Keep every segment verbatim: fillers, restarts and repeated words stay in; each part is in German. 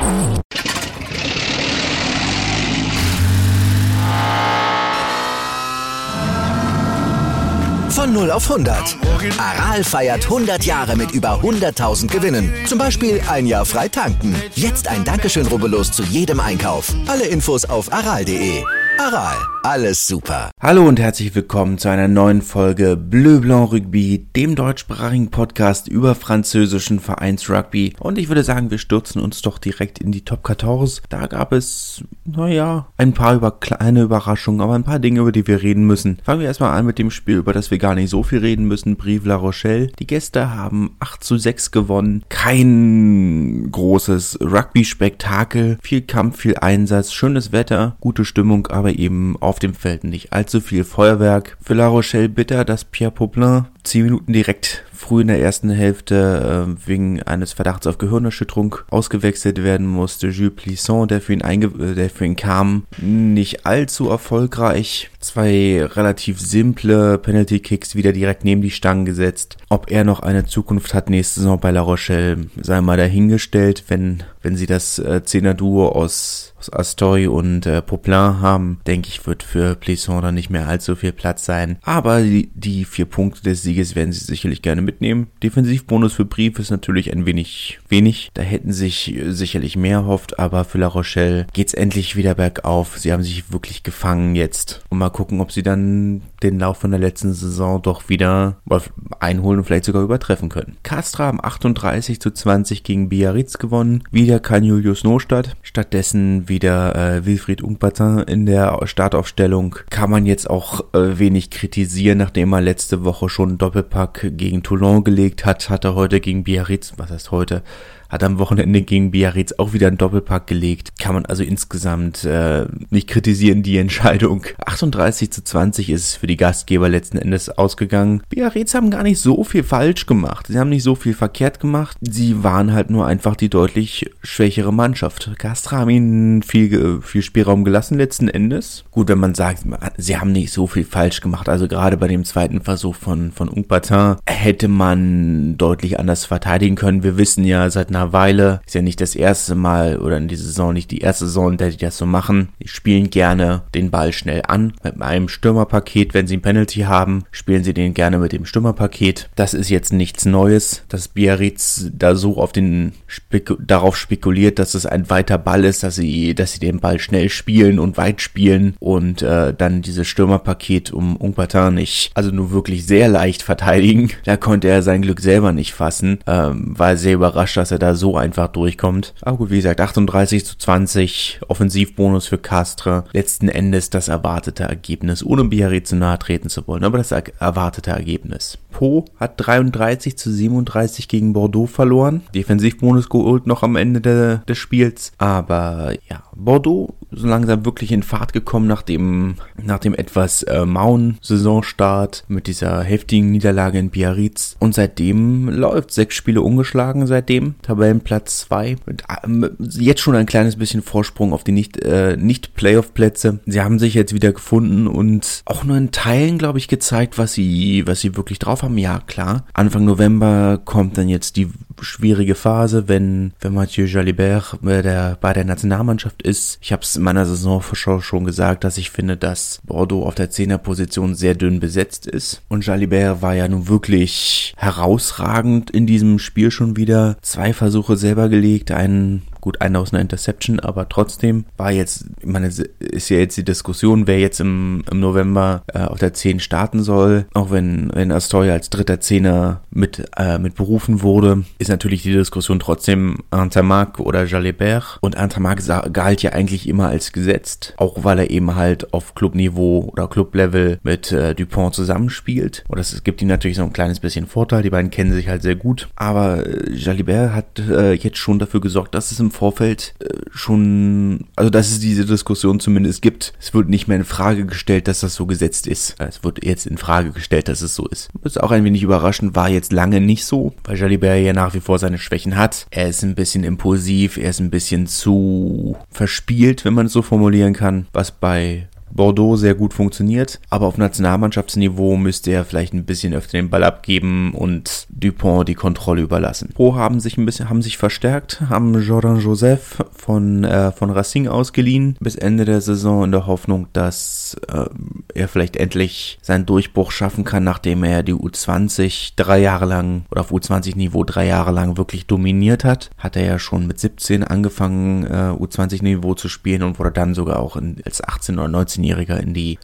Von null auf hundert. Aral feiert hundert Jahre mit über hunderttausend Gewinnen. Zum Beispiel ein Jahr frei tanken. Jetzt ein Dankeschön, rubbellos zu jedem Einkauf. Alle Infos auf aral punkt de. Aral, alles super. Hallo und herzlich willkommen zu einer neuen Folge Bleu Blanc Rugby, dem deutschsprachigen Podcast über französischen Vereinsrugby. Und ich würde sagen, wir stürzen uns doch direkt in die Top vierzehn. Da gab es, naja, ein paar über kleine Überraschungen, aber ein paar Dinge, über die wir reden müssen. Fangen wir erstmal an mit dem Spiel, über das wir gar nicht so viel reden müssen. Brive-La Rochelle. Die Gäste haben acht zu sechs gewonnen. Kein großes Rugby-Spektakel. Viel Kampf, viel Einsatz, schönes Wetter, gute Stimmung, aber aber eben auf dem Feld nicht allzu viel Feuerwerk. Für La Rochelle bitter, dass Pierre Poplin zehn Minuten direkt früh in der ersten Hälfte äh, wegen eines Verdachts auf Gehirnerschütterung ausgewechselt werden musste. Jules Plisson, der für ihn, einge- der für ihn kam, nicht allzu erfolgreich. Zwei relativ simple Penalty-Kicks wieder direkt neben die Stangen gesetzt. Ob er noch eine Zukunft hat nächste Saison bei La Rochelle, sei mal dahingestellt, wenn, wenn sie das äh, Zehner-Duo aus Astori und äh, Poplin haben, denke ich, wird für Plisson dann nicht mehr allzu viel Platz sein. Aber die, die vier Punkte des Sieges werden sie sicherlich gerne mitnehmen. Defensivbonus für Brive ist natürlich ein wenig wenig. Da hätten sich sicherlich mehr erhofft, aber für La Rochelle geht's endlich wieder bergauf. Sie haben sich wirklich gefangen jetzt. Und mal gucken, ob sie dann den Lauf von der letzten Saison doch wieder einholen und vielleicht sogar übertreffen können. Castres haben achtunddreißig zu zwanzig gegen Biarritz gewonnen. Wieder kein Julius Nostadt. Stattdessen wieder äh, Wilfried Ungpatin in der Startaufstellung. Kann man jetzt auch äh, wenig kritisieren, nachdem er letzte Woche schon einen Doppelpack gegen Toulon gelegt hat, hat er heute gegen Biarritz, was heißt heute, hat am Wochenende gegen Biarritz auch wieder einen Doppelpack gelegt. Kann man also insgesamt äh, nicht kritisieren, die Entscheidung. achtunddreißig zu zwanzig ist es für die Gastgeber letzten Endes ausgegangen. Biarritz haben gar nicht so viel falsch gemacht. Sie haben nicht so viel verkehrt gemacht. Sie waren halt nur einfach die deutlich schwächere Mannschaft. Castres haben ihnen viel, viel Spielraum gelassen letzten Endes. Gut, wenn man sagt, sie haben nicht so viel falsch gemacht. Also gerade bei dem zweiten Versuch von, von Ungpatin hätte man deutlich anders verteidigen können. Wir wissen ja seit einer Weile, ist ja nicht das erste Mal oder in dieser Saison nicht die erste Saison, in der die das so machen. Die spielen gerne den Ball schnell an mit einem Stürmerpaket. Wenn sie ein Penalty haben, spielen sie den gerne mit dem Stürmerpaket. Das ist jetzt nichts Neues, dass Biarritz da so auf den Spek- darauf spekuliert, dass es ein weiter Ball ist, dass sie, dass sie den Ball schnell spielen und weit spielen und äh, dann dieses Stürmerpaket um Ungpatin nicht, also nur wirklich sehr leicht verteidigen. Da konnte er sein Glück selber nicht fassen, ähm, war sehr überrascht, dass er da so einfach durchkommt. Aber gut, wie gesagt, achtunddreißig zu zwanzig, Offensivbonus für Castres. Letzten Endes das erwartete Ergebnis, ohne Biarritz zu nahe treten zu wollen, aber das er- erwartete Ergebnis. Pau hat dreiunddreißig zu siebenunddreißig gegen Bordeaux verloren. Defensivbonus geholt noch am Ende de- des Spiels. Aber ja, Bordeaux so langsam wirklich in Fahrt gekommen nach dem, nach dem etwas äh, mauen Saisonstart mit dieser heftigen Niederlage in Biarritz. Und seitdem läuft sechs Spiele ungeschlagen seitdem. Tabellenplatz zwei. Mit, äh, jetzt schon ein kleines bisschen Vorsprung auf die nicht, äh, nicht Playoff-Plätze. Sie haben sich jetzt wieder gefunden und auch nur in Teilen, glaube ich, gezeigt, was sie, was sie wirklich drauf haben. Ja, klar. Anfang November kommt dann jetzt die schwierige Phase, wenn, wenn Mathieu Jalibert bei der, bei der Nationalmannschaft ist. Ich habe es in meiner Saisonvorschau schon gesagt, dass ich finde, dass Bordeaux auf der Zehnerposition sehr dünn besetzt ist. Und Jalibert war ja nun wirklich herausragend in diesem Spiel schon wieder. Zwei Versuche selber gelegt, einen Gut, einer aus einer Interception, aber trotzdem war jetzt, ich meine, ist ja jetzt die Diskussion, wer jetzt im, im November äh, auf der zehn starten soll. Auch wenn, wenn Astori als dritter Zehner mit, äh, mit berufen wurde, ist natürlich die Diskussion trotzdem Ntamack oder Jalibert. Und Ntamack galt ja eigentlich immer als gesetzt, auch weil er eben halt auf Clubniveau oder Clublevel mit äh, Dupont zusammenspielt. Und das gibt ihm natürlich so ein kleines bisschen Vorteil, die beiden kennen sich halt sehr gut. Aber äh, Jalibert hat äh, jetzt schon dafür gesorgt, dass es im Vorfeld äh, schon, also dass es diese Diskussion zumindest gibt. Es wird nicht mehr in Frage gestellt, dass das so gesetzt ist. Es wird jetzt in Frage gestellt, dass es so ist. Das ist auch ein wenig überraschend, war jetzt lange nicht so, weil Jalibert ja nach wie vor seine Schwächen hat. Er ist ein bisschen impulsiv, er ist ein bisschen zu verspielt, wenn man es so formulieren kann, was bei Bordeaux sehr gut funktioniert, aber auf Nationalmannschaftsniveau müsste er vielleicht ein bisschen öfter den Ball abgeben und Dupont die Kontrolle überlassen. Pro haben sich ein bisschen, haben sich verstärkt, haben Jordan Joseph von, äh, von Racing ausgeliehen bis Ende der Saison in der Hoffnung, dass äh, er vielleicht endlich seinen Durchbruch schaffen kann, nachdem er die U zwanzig drei Jahre lang oder auf U zwanzig Niveau drei Jahre lang wirklich dominiert hat. Hat er ja schon mit siebzehn angefangen, äh, U zwanzig Niveau zu spielen und wurde dann sogar auch in, als achtzehn- oder neunzehnjähriger in die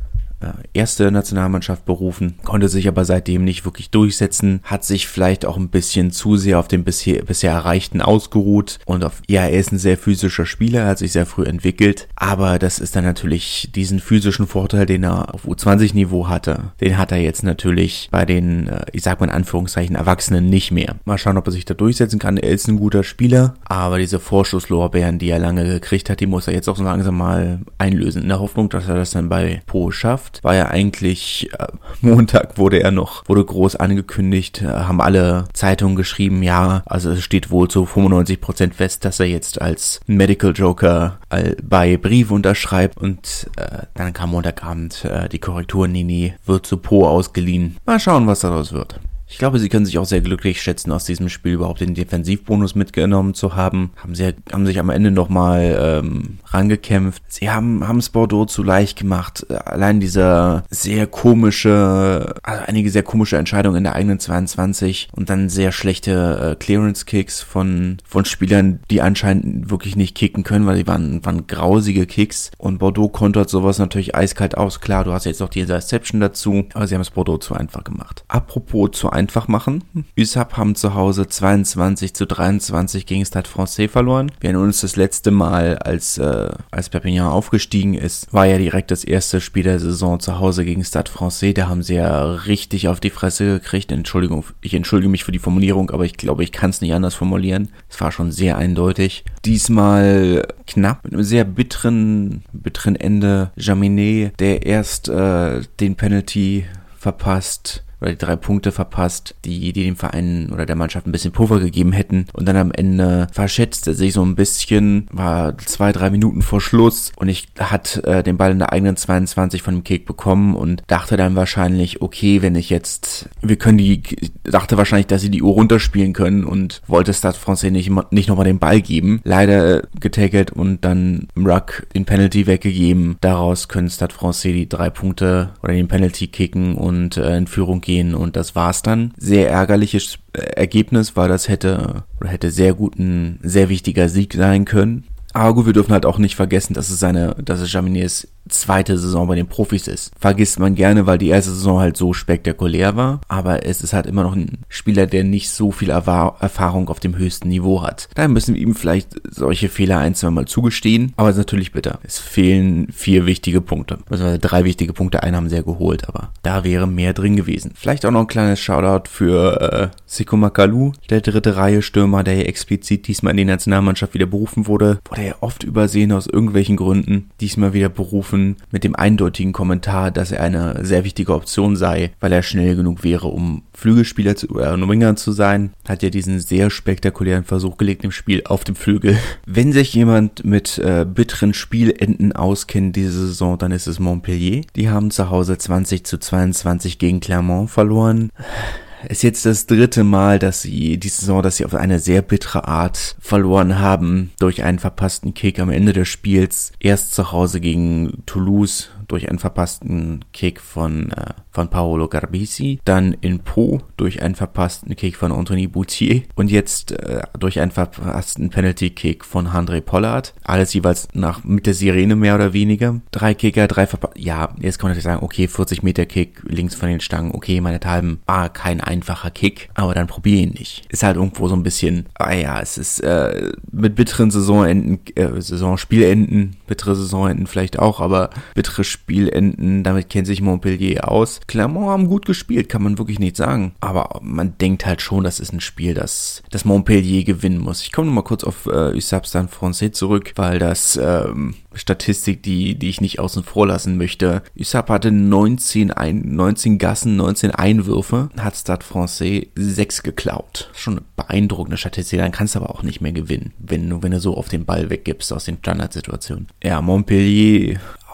erste Nationalmannschaft berufen, konnte sich aber seitdem nicht wirklich durchsetzen, hat sich vielleicht auch ein bisschen zu sehr auf dem bisher, bisher Erreichten ausgeruht und auf, ja, er ist ein sehr physischer Spieler, hat sich sehr früh entwickelt, aber das ist dann natürlich diesen physischen Vorteil, den er auf U zwanzig Niveau hatte, den hat er jetzt natürlich bei den, ich sag mal in Anführungszeichen, Erwachsenen nicht mehr. Mal schauen, ob er sich da durchsetzen kann, er ist ein guter Spieler, aber diese Vorschusslorbeeren, die er lange gekriegt hat, die muss er jetzt auch so langsam mal einlösen, in der Hoffnung, dass er das dann bei Po schafft. War ja eigentlich, äh, Montag wurde er noch, wurde groß angekündigt, äh, haben alle Zeitungen geschrieben, ja, also es steht wohl zu fünfundneunzig Prozent fest, dass er jetzt als Medical Joker äh, bei Brief unterschreibt und äh, dann kam Montagabend äh, die Korrektur, Nini wird zu Po ausgeliehen. Mal schauen, was daraus wird. Ich glaube, sie können sich auch sehr glücklich schätzen, aus diesem Spiel überhaupt den Defensivbonus mitgenommen zu haben. Haben sie haben sich am Ende nochmal ähm, rangekämpft. Sie haben haben es Bordeaux zu leicht gemacht. Allein dieser sehr komische, also einige sehr komische Entscheidungen in der eigenen zweiundzwanzig und dann sehr schlechte äh, Clearance-Kicks von von Spielern, die anscheinend wirklich nicht kicken können, weil die waren waren grausige Kicks. Und Bordeaux kontert sowas natürlich eiskalt aus. Klar, du hast jetzt noch die Interception dazu, aber sie haben es Bordeaux zu einfach gemacht. Apropos zu einfach machen. U S A P haben zu Hause zweiundzwanzig zu dreiundzwanzig gegen Stade Francais verloren. Wir erinnern uns das letzte Mal, als äh, als Perpignan aufgestiegen ist, war ja direkt das erste Spiel der Saison zu Hause gegen Stade Francais. Da haben sie ja richtig auf die Fresse gekriegt. Entschuldigung, ich entschuldige mich für die Formulierung, aber ich glaube, ich kann es nicht anders formulieren. Es war schon sehr eindeutig. Diesmal knapp, mit einem sehr bitteren, bitteren Ende. Jaminet, der erst äh, den Penalty verpasst, oder die drei Punkte verpasst, die, die dem Verein oder der Mannschaft ein bisschen Puffer gegeben hätten. Und dann am Ende verschätzte sich so ein bisschen, war zwei, drei Minuten vor Schluss und ich hat äh, den Ball in der eigenen zweiundzwanzig von dem Kick bekommen und dachte dann wahrscheinlich, okay, wenn ich jetzt, wir können die, dachte wahrscheinlich, dass sie die Uhr runterspielen können und wollte Stade Francais nicht, nicht nochmal den Ball geben. Leider getackelt und dann im Ruck den Penalty weggegeben. Daraus können Stade Francais die drei Punkte oder den Penalty kicken und äh, in Führung gehen. Und das war's dann. Sehr ärgerliches Ergebnis, weil das hätte oder hätte sehr gut ein sehr wichtiger Sieg sein können. Aber gut, wir dürfen halt auch nicht vergessen, dass es seine, dass es Jaminets zweite Saison bei den Profis ist. Vergisst man gerne, weil die erste Saison halt so spektakulär war, aber es ist halt immer noch ein Spieler, der nicht so viel Erfahrung auf dem höchsten Niveau hat. Daher müssen wir ihm vielleicht solche Fehler ein, zwei Mal zugestehen, aber es ist natürlich bitter. Es fehlen vier wichtige Punkte, also drei wichtige Punkte, einen haben sie ja geholt, aber da wäre mehr drin gewesen. Vielleicht auch noch ein kleines Shoutout für äh, Seko Makalu, der dritte Reihe Stürmer, der hier explizit diesmal in die Nationalmannschaft wieder berufen wurde, wurde ja oft übersehen aus irgendwelchen Gründen, diesmal wieder berufen mit dem eindeutigen Kommentar, dass er eine sehr wichtige Option sei, weil er schnell genug wäre, um Flügelspieler zu, oder ein Winger zu sein. Hat ja diesen sehr spektakulären Versuch gelegt im Spiel auf dem Flügel. Wenn sich jemand mit äh, bitteren Spielenden auskennt diese Saison, dann ist es Montpellier. Die haben zu Hause zwanzig zu zweiundzwanzig gegen Clermont verloren. Ist jetzt das dritte Mal, dass sie die Saison, dass sie auf eine sehr bittere Art verloren haben durch einen verpassten Kick am Ende des Spiels. Erst zu Hause gegen Toulouse durch einen verpassten Kick von äh, von Paolo Garbisi, dann in Po durch einen verpassten Kick von Anthony Boutier und jetzt äh, durch einen verpassten Penalty-Kick von André Pollard. Alles jeweils nach mit der Sirene mehr oder weniger. Drei Kicker, drei verpasst. Ja, jetzt kann man natürlich sagen, okay, vierzig Meter Kick links von den Stangen, okay, meinethalben war kein einfacher Kick, aber dann probier ihn nicht. Ist halt irgendwo so ein bisschen, ah ja, es ist äh, mit bitteren Saisonenden, äh, Saisonspielenden, bittere Saisonenden vielleicht auch, aber bittere Spielenden, damit kennt sich Montpellier aus. Clermont haben gut gespielt, kann man wirklich nicht sagen. Aber man denkt halt schon, das ist ein Spiel, das, das Montpellier gewinnen muss. Ich komme nochmal kurz auf äh, U S A P Stade Francais zurück, weil das ähm, Statistik, die die ich nicht außen vor lassen möchte. U S A P hatte neunzehn, ein, neunzehn Gassen, neunzehn Einwürfe, hat Stade Francais sechs geklaut. Schon eine beeindruckende Statistik, dann kannst du aber auch nicht mehr gewinnen, wenn du, wenn du so auf den Ball weggibst aus den Standardsituationen. Ja, Montpellier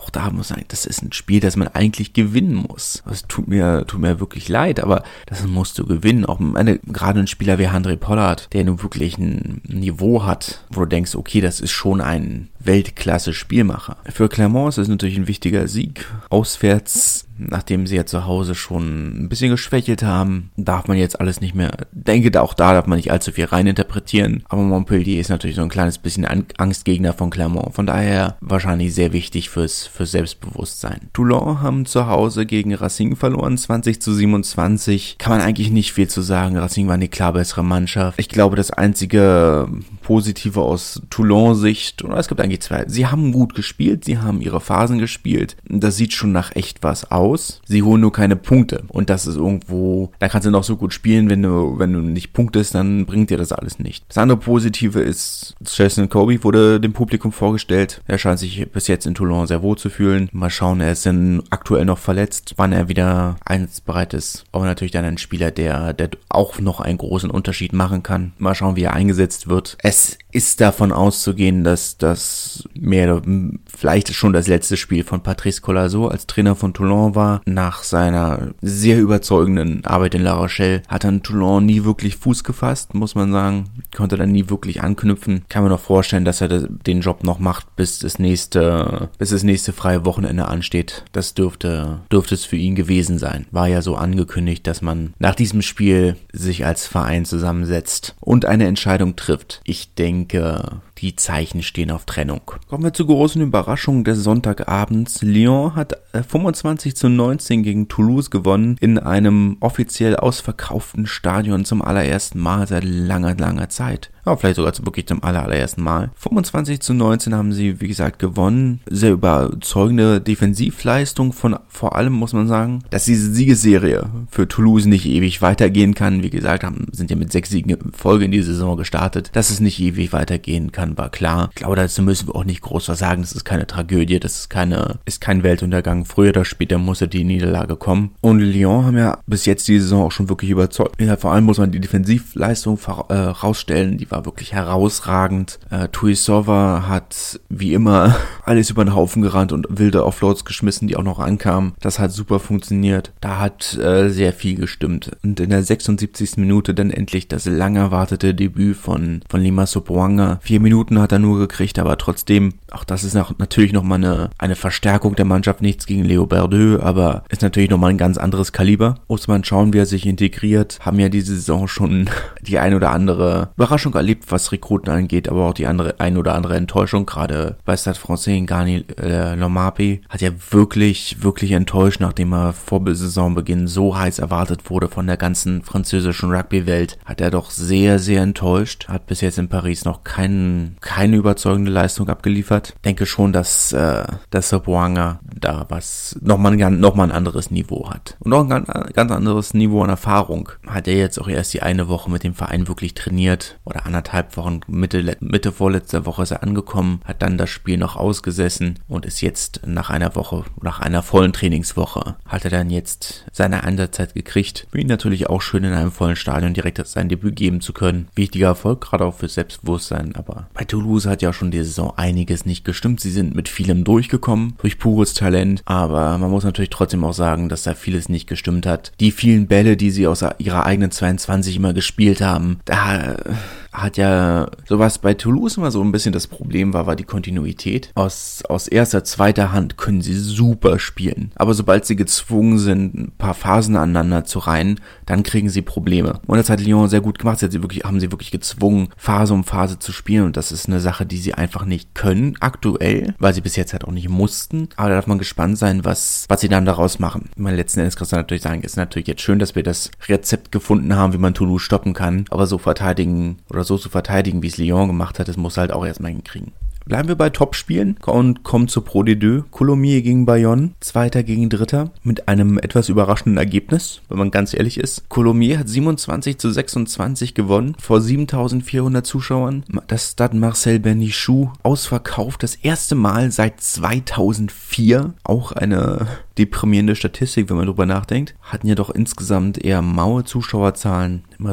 auch da muss man sagen, das ist ein Spiel, das man eigentlich gewinnen muss. Das tut mir, tut mir wirklich leid, aber das musst du gewinnen. Auch eine, gerade ein Spieler wie Handré Pollard, der nun wirklich ein Niveau hat, wo du denkst, okay, das ist schon ein Weltklasse-Spielmacher. Für Clermont ist es natürlich ein wichtiger Sieg. Auswärts, nachdem sie ja zu Hause schon ein bisschen geschwächelt haben, darf man jetzt alles nicht mehr, denke auch da darf man nicht allzu viel reininterpretieren. Aber Montpellier ist natürlich so ein kleines bisschen Angstgegner von Clermont. Von daher wahrscheinlich sehr wichtig fürs, fürs Selbstbewusstsein. Toulon haben zu Hause gegen Racing verloren, zwanzig zu siebenundzwanzig. Kann man eigentlich nicht viel zu sagen. Racing war die klar bessere Mannschaft. Ich glaube, das einzige Positive aus Toulon-Sicht, oder es gibt eigentlich zwei, sie haben gut gespielt, sie haben ihre Phasen gespielt. Das sieht schon nach echt was aus. Sie holen nur keine Punkte. Und das ist irgendwo, da kannst du noch so gut spielen, wenn du, wenn du nicht punktest, dann bringt dir das alles nicht. Das andere Positive ist, Chesson Kobe wurde dem Publikum vorgestellt. Er scheint sich bis jetzt in Toulon sehr wohl zu fühlen. Mal schauen, er ist dann aktuell noch verletzt, wann er wieder einsatzbereit ist. Aber natürlich dann ein Spieler, der, der auch noch einen großen Unterschied machen kann. Mal schauen, wie er eingesetzt wird. Es ist davon auszugehen, dass das mehr oder vielleicht schon das letzte Spiel von Patrice Colazo als Trainer von Toulon war. Nach seiner sehr überzeugenden Arbeit in La Rochelle hat dann Toulon nie wirklich Fuß gefasst, muss man sagen. Konnte dann nie wirklich anknüpfen. Kann mir noch vorstellen, dass er den Job noch macht, bis das nächste, bis das nächste freie Wochenende ansteht. Das dürfte, dürfte es für ihn gewesen sein. War ja so angekündigt, dass man nach diesem Spiel sich als Verein zusammensetzt und eine Entscheidung trifft. Ich denke, die Zeichen stehen auf Trennung. Kommen wir zur großen Überraschung des Sonntagabends. Lyon hat fünfundzwanzig zu neunzehn gegen Toulouse gewonnen in einem offiziell ausverkauften Stadion zum allerersten Mal seit langer, langer Zeit. Ja, vielleicht sogar wirklich zum aller, allerersten Mal. fünfundzwanzig zu neunzehn haben sie, wie gesagt, gewonnen. Sehr überzeugende Defensivleistung von, vor allem muss man sagen, dass diese Siegesserie für Toulouse nicht ewig weitergehen kann. Wie gesagt, haben, sind ja mit sechs Siegen in Folge in die Saison gestartet. Dass es nicht ewig weitergehen kann, war klar. Ich glaube, dazu müssen wir auch nicht groß was sagen. Das ist keine Tragödie, das ist keine, ist kein Weltuntergang. Früher oder später musste die Niederlage kommen. Und Lyon haben ja bis jetzt die Saison auch schon wirklich überzeugt. Ja, vor allem muss man die Defensivleistung äh, rausstellen. Die war wirklich herausragend. Äh, Tuisova hat wie immer alles über den Haufen gerannt und wilde Offloads geschmissen, die auch noch ankamen. Das hat super funktioniert. Da hat äh, sehr viel gestimmt. Und in der sechsundsiebzigsten Minute dann endlich das lang erwartete Debüt von, von Lima Sopoaga. Vier Minuten hat er nur gekriegt, aber trotzdem, auch das ist noch, natürlich nochmal eine, eine Verstärkung der Mannschaft. Nichts gegen Leo Berdeux, aber ist natürlich nochmal ein ganz anderes Kaliber. Muss man schauen, wie er sich integriert. Haben ja diese Saison schon die ein oder andere Überraschung erlebt, was Rekruten angeht, aber auch die andere, ein oder andere Enttäuschung. Gerade bei Stade Francais Ngani äh, Lomapi hat ja wirklich, wirklich enttäuscht, nachdem er vor Saisonbeginn so heiß erwartet wurde von der ganzen französischen Rugby-Welt. Hat er doch sehr, sehr enttäuscht. Hat bis jetzt in Paris noch kein, keine überzeugende Leistung abgeliefert. Denke schon, dass äh, dass Sopoaga da was nochmal ein, noch mal ein anderes Niveau hat. Und auch ein ganz, ganz anderes Niveau an Erfahrung. Hat er jetzt auch erst die eine Woche mit dem Verein wirklich trainiert oder anderthalb Wochen, Mitte, Mitte vorletzter Woche ist er angekommen, hat dann das Spiel noch ausgesessen und ist jetzt nach einer Woche, nach einer vollen Trainingswoche, hat er dann jetzt seine Einsatzzeit gekriegt. Für ihn natürlich auch schön in einem vollen Stadion direkt sein Debüt geben zu können. Wichtiger Erfolg, gerade auch fürs Selbstbewusstsein, aber bei Toulouse hat ja schon die Saison einiges nicht gestimmt. Sie sind mit vielem durchgekommen, durch pures Talent, aber man muss natürlich trotzdem auch sagen, dass da vieles nicht gestimmt hat. Die vielen Bälle, die sie aus ihrer eigenen zweiundzwanzig immer gespielt haben, da hat ja sowas bei Toulouse immer so ein bisschen das Problem war, war die Kontinuität. Aus, aus erster, zweiter Hand können sie super spielen. Aber sobald sie gezwungen sind, ein paar Phasen aneinander zu reihen, dann kriegen sie Probleme. Und das hat Lyon sehr gut gemacht. Sie, hat sie wirklich, haben sie wirklich gezwungen, Phase um Phase zu spielen. Und das ist eine Sache, die sie einfach nicht können, aktuell, weil sie bis jetzt halt auch nicht mussten. Aber da darf man gespannt sein, was, was sie dann daraus machen. Ich meine, letzten Endes kannst du natürlich sagen, ist natürlich jetzt schön, dass wir das Rezept gefunden haben, wie man Toulouse stoppen kann. Aber so verteidigen oder so zu verteidigen, wie es Lyon gemacht hat, das muss halt auch erstmal hinkriegen. Bleiben wir bei Topspielen und kommen zur Pro D zwei. Coulommiers gegen Bayonne, Zweiter gegen Dritter, mit einem etwas überraschenden Ergebnis, wenn man ganz ehrlich ist. Coulommiers hat siebenundzwanzig zu sechsundzwanzig gewonnen, vor siebentausendvierhundert Zuschauern. Das Stade Marcel Benichou ausverkauft, das erste Mal seit zweitausendvier. Auch eine deprimierende Statistik, wenn man drüber nachdenkt. Hatten ja doch insgesamt eher maue Zuschauerzahlen, immer so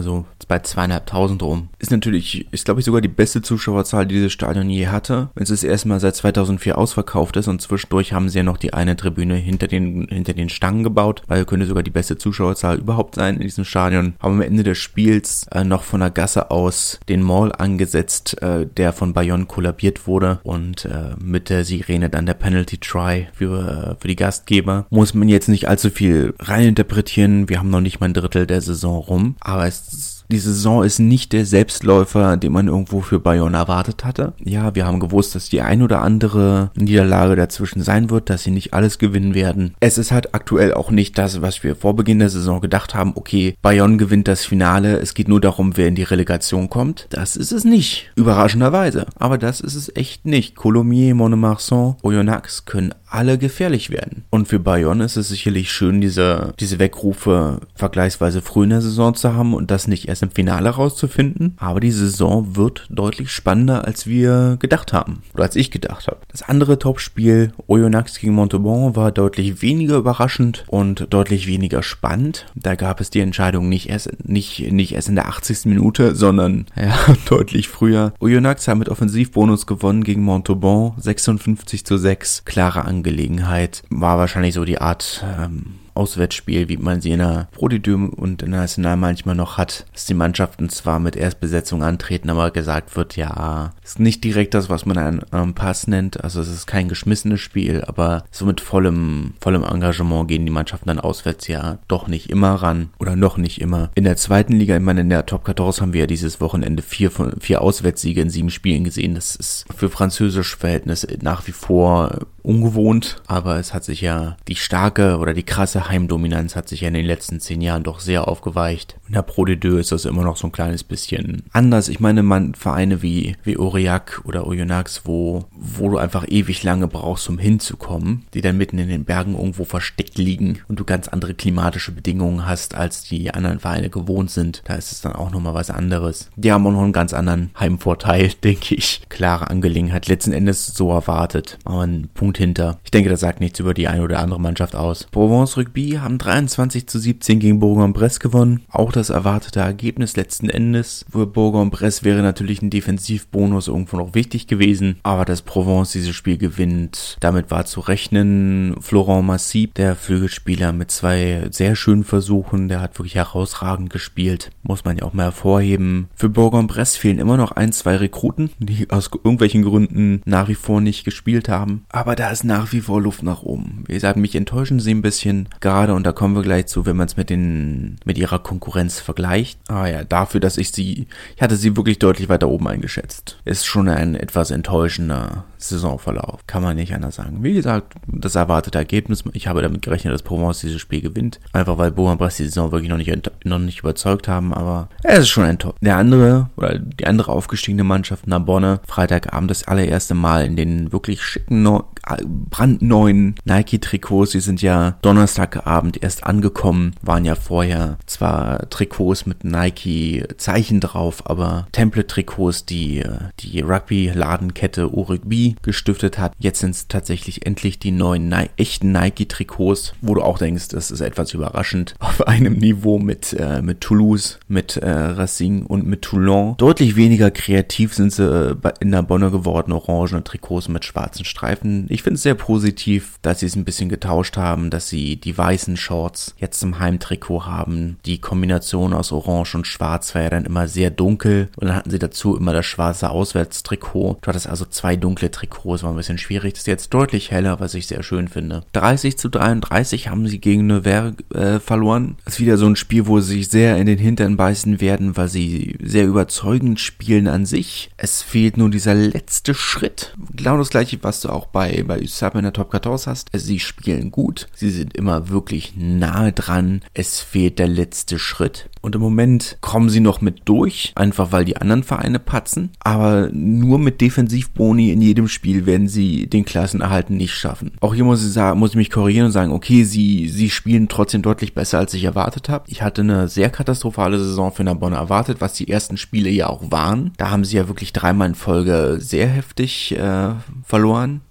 bei zweieinhalbtausend rum. Ist natürlich, ist glaube ich sogar die beste Zuschauerzahl, die dieses Stadion je hatte. Wenn es das erste Mal seit zweitausendvier ausverkauft ist und zwischendurch haben sie ja noch die eine Tribüne hinter den, hinter den Stangen gebaut, weil könnte sogar die beste Zuschauerzahl überhaupt sein in diesem Stadion. Haben am Ende des Spiels äh, noch von der Gasse aus den Maul angesetzt, äh, der von Bayonne kollabiert wurde und äh, mit der Sirene dann der Penalty Try für, äh, für die Gastgeber. Muss man jetzt nicht allzu viel reininterpretieren. Wir haben noch nicht mal ein Drittel der Saison rum, aber es ist die Saison ist nicht der Selbstläufer, den man irgendwo für Bayonne erwartet hatte. Ja, wir haben gewusst, dass die ein oder andere Niederlage dazwischen sein wird, dass sie nicht alles gewinnen werden. Es ist halt aktuell auch nicht das, was wir vor Beginn der Saison gedacht haben. Okay, Bayonne gewinnt das Finale, es geht nur darum, wer in die Relegation kommt. Das ist es nicht, überraschenderweise. Aber das ist es echt nicht. Coulommiers, Mont-de-Marsan, Oyonnax können alle gefährlich werden. Und für Bayonne ist es sicherlich schön, diese, diese Wegrufe vergleichsweise früh in der Saison zu haben und das nicht erst im Finale rauszufinden. Aber die Saison wird deutlich spannender, als wir gedacht haben. Oder als ich gedacht habe. Das andere Topspiel, Oyonnax gegen Montauban, war deutlich weniger überraschend und deutlich weniger spannend. Da gab es die Entscheidung nicht erst, nicht, nicht erst in der achtzigsten Minute, sondern ja, deutlich früher. Oyonnax hat mit Offensivbonus gewonnen gegen Montauban, sechsundfünfzig zu sechs. Klare Angelegenheit. Angelegenheit. War wahrscheinlich so die Art ähm, Auswärtsspiel, wie man sie in der Pro D deux und in der National manchmal noch hat, dass die Mannschaften zwar mit Erstbesetzung antreten, aber gesagt wird, ja, ist nicht direkt das, was man einen ähm, Pass nennt, also es ist kein geschmissenes Spiel, aber so mit vollem, vollem Engagement gehen die Mannschaften dann auswärts ja doch nicht immer ran oder noch nicht immer. In der zweiten Liga, ich meine in der Top vierzehn haben wir ja dieses Wochenende vier, von, vier Auswärtssiege in sieben Spielen gesehen, das ist für französische Verhältnisse nach wie vor ungewohnt, aber es hat sich ja die starke oder die krasse Heimdominanz hat sich ja in den letzten zehn Jahren doch sehr aufgeweicht. In der Pro D deux ist das immer noch so ein kleines bisschen anders. Ich meine, man Vereine wie, wie Aurillac oder Oyonnax, wo, wo du einfach ewig lange brauchst, um hinzukommen, die dann mitten in den Bergen irgendwo versteckt liegen und du ganz andere klimatische Bedingungen hast, als die anderen Vereine gewohnt sind. Da ist es dann auch nochmal was anderes. Die haben auch noch einen ganz anderen Heimvorteil, denke ich. Klare Angelegenheit. Letzten Endes so erwartet. Aber ein Punkt hinter. Ich denke, das sagt nichts über die eine oder andere Mannschaft aus. Provence Rugby haben dreiundzwanzig zu siebzehn gegen Bourg-en-Bresse gewonnen. Auch das erwartete Ergebnis letzten Endes. Für Bourg-en-Bresse wäre natürlich ein Defensivbonus irgendwo noch wichtig gewesen. Aber dass Provence dieses Spiel gewinnt, damit war zu rechnen. Florent Massip, der Flügelspieler mit zwei sehr schönen Versuchen, der hat wirklich herausragend gespielt. Muss man ja auch mal hervorheben. Für Bourg-en-Bresse fehlen immer noch ein, zwei Rekruten, die aus irgendwelchen Gründen nach wie vor nicht gespielt haben. Aber da ist nach wie vor Luft nach oben. Wie gesagt, mich enttäuschen sie ein bisschen. Gerade, und da kommen wir gleich zu, wenn man es mit den, mit ihrer Konkurrenz vergleicht. Ah ja, dafür, dass ich sie, ich hatte sie wirklich deutlich weiter oben eingeschätzt. Ist schon ein etwas enttäuschender Saisonverlauf. Kann man nicht anders sagen. Wie gesagt, das erwartete Ergebnis. Ich habe damit gerechnet, dass Provence dieses Spiel gewinnt. Einfach weil Bourg-en-Bresse die Saison wirklich noch nicht, noch nicht überzeugt haben, aber es ist schon enttäuschend. Der andere, oder die andere aufgestiegene Mannschaft, Narbonne, Freitagabend das allererste Mal in den wirklich schicken, no- brandneuen Nike-Trikots. Sie sind ja Donnerstagabend erst angekommen, waren ja vorher zwar Trikots mit Nike-Zeichen drauf, aber Template-Trikots, die die Rugby-Ladenkette Orugby gestiftet hat. Jetzt sind es tatsächlich endlich die neuen Ni- echten Nike-Trikots, wo du auch denkst, das ist etwas überraschend. Auf einem Niveau mit, äh, mit Toulouse, mit äh, Racing und mit Toulon. Deutlich weniger kreativ sind sie äh, in der Bonne geworden, orangene Trikots mit schwarzen Streifen. Ich finde es sehr positiv, dass sie es ein bisschen getauscht haben, dass sie die weißen Shorts jetzt zum Heimtrikot haben. Die Kombination aus Orange und Schwarz war ja dann immer sehr dunkel und dann hatten sie dazu immer das schwarze Auswärtstrikot. Du hattest also zwei dunkle Trikots, war ein bisschen schwierig. Das ist jetzt deutlich heller, was ich sehr schön finde. dreißig zu dreiunddreißig haben sie gegen Nevers äh, verloren. Das ist wieder so ein Spiel, wo sie sich sehr in den Hintern beißen werden, weil sie sehr überzeugend spielen an sich. Es fehlt nur dieser letzte Schritt. Genau das gleiche, was du auch bei bei U S A P in der Top vierzehn hast. Also sie spielen gut, sie sind immer wirklich nahe dran, es fehlt der letzte Schritt. Und im Moment kommen sie noch mit durch, einfach weil die anderen Vereine patzen. Aber nur mit Defensivboni in jedem Spiel werden sie den Klassenerhalt nicht schaffen. Auch hier muss ich sagen, muss ich mich korrigieren und sagen, okay, sie, sie spielen trotzdem deutlich besser, als ich erwartet habe. Ich hatte eine sehr katastrophale Saison für Narbonne erwartet, was die ersten Spiele ja auch waren. Da haben sie ja wirklich dreimal in Folge sehr heftig äh, verloren. Das ist jetzt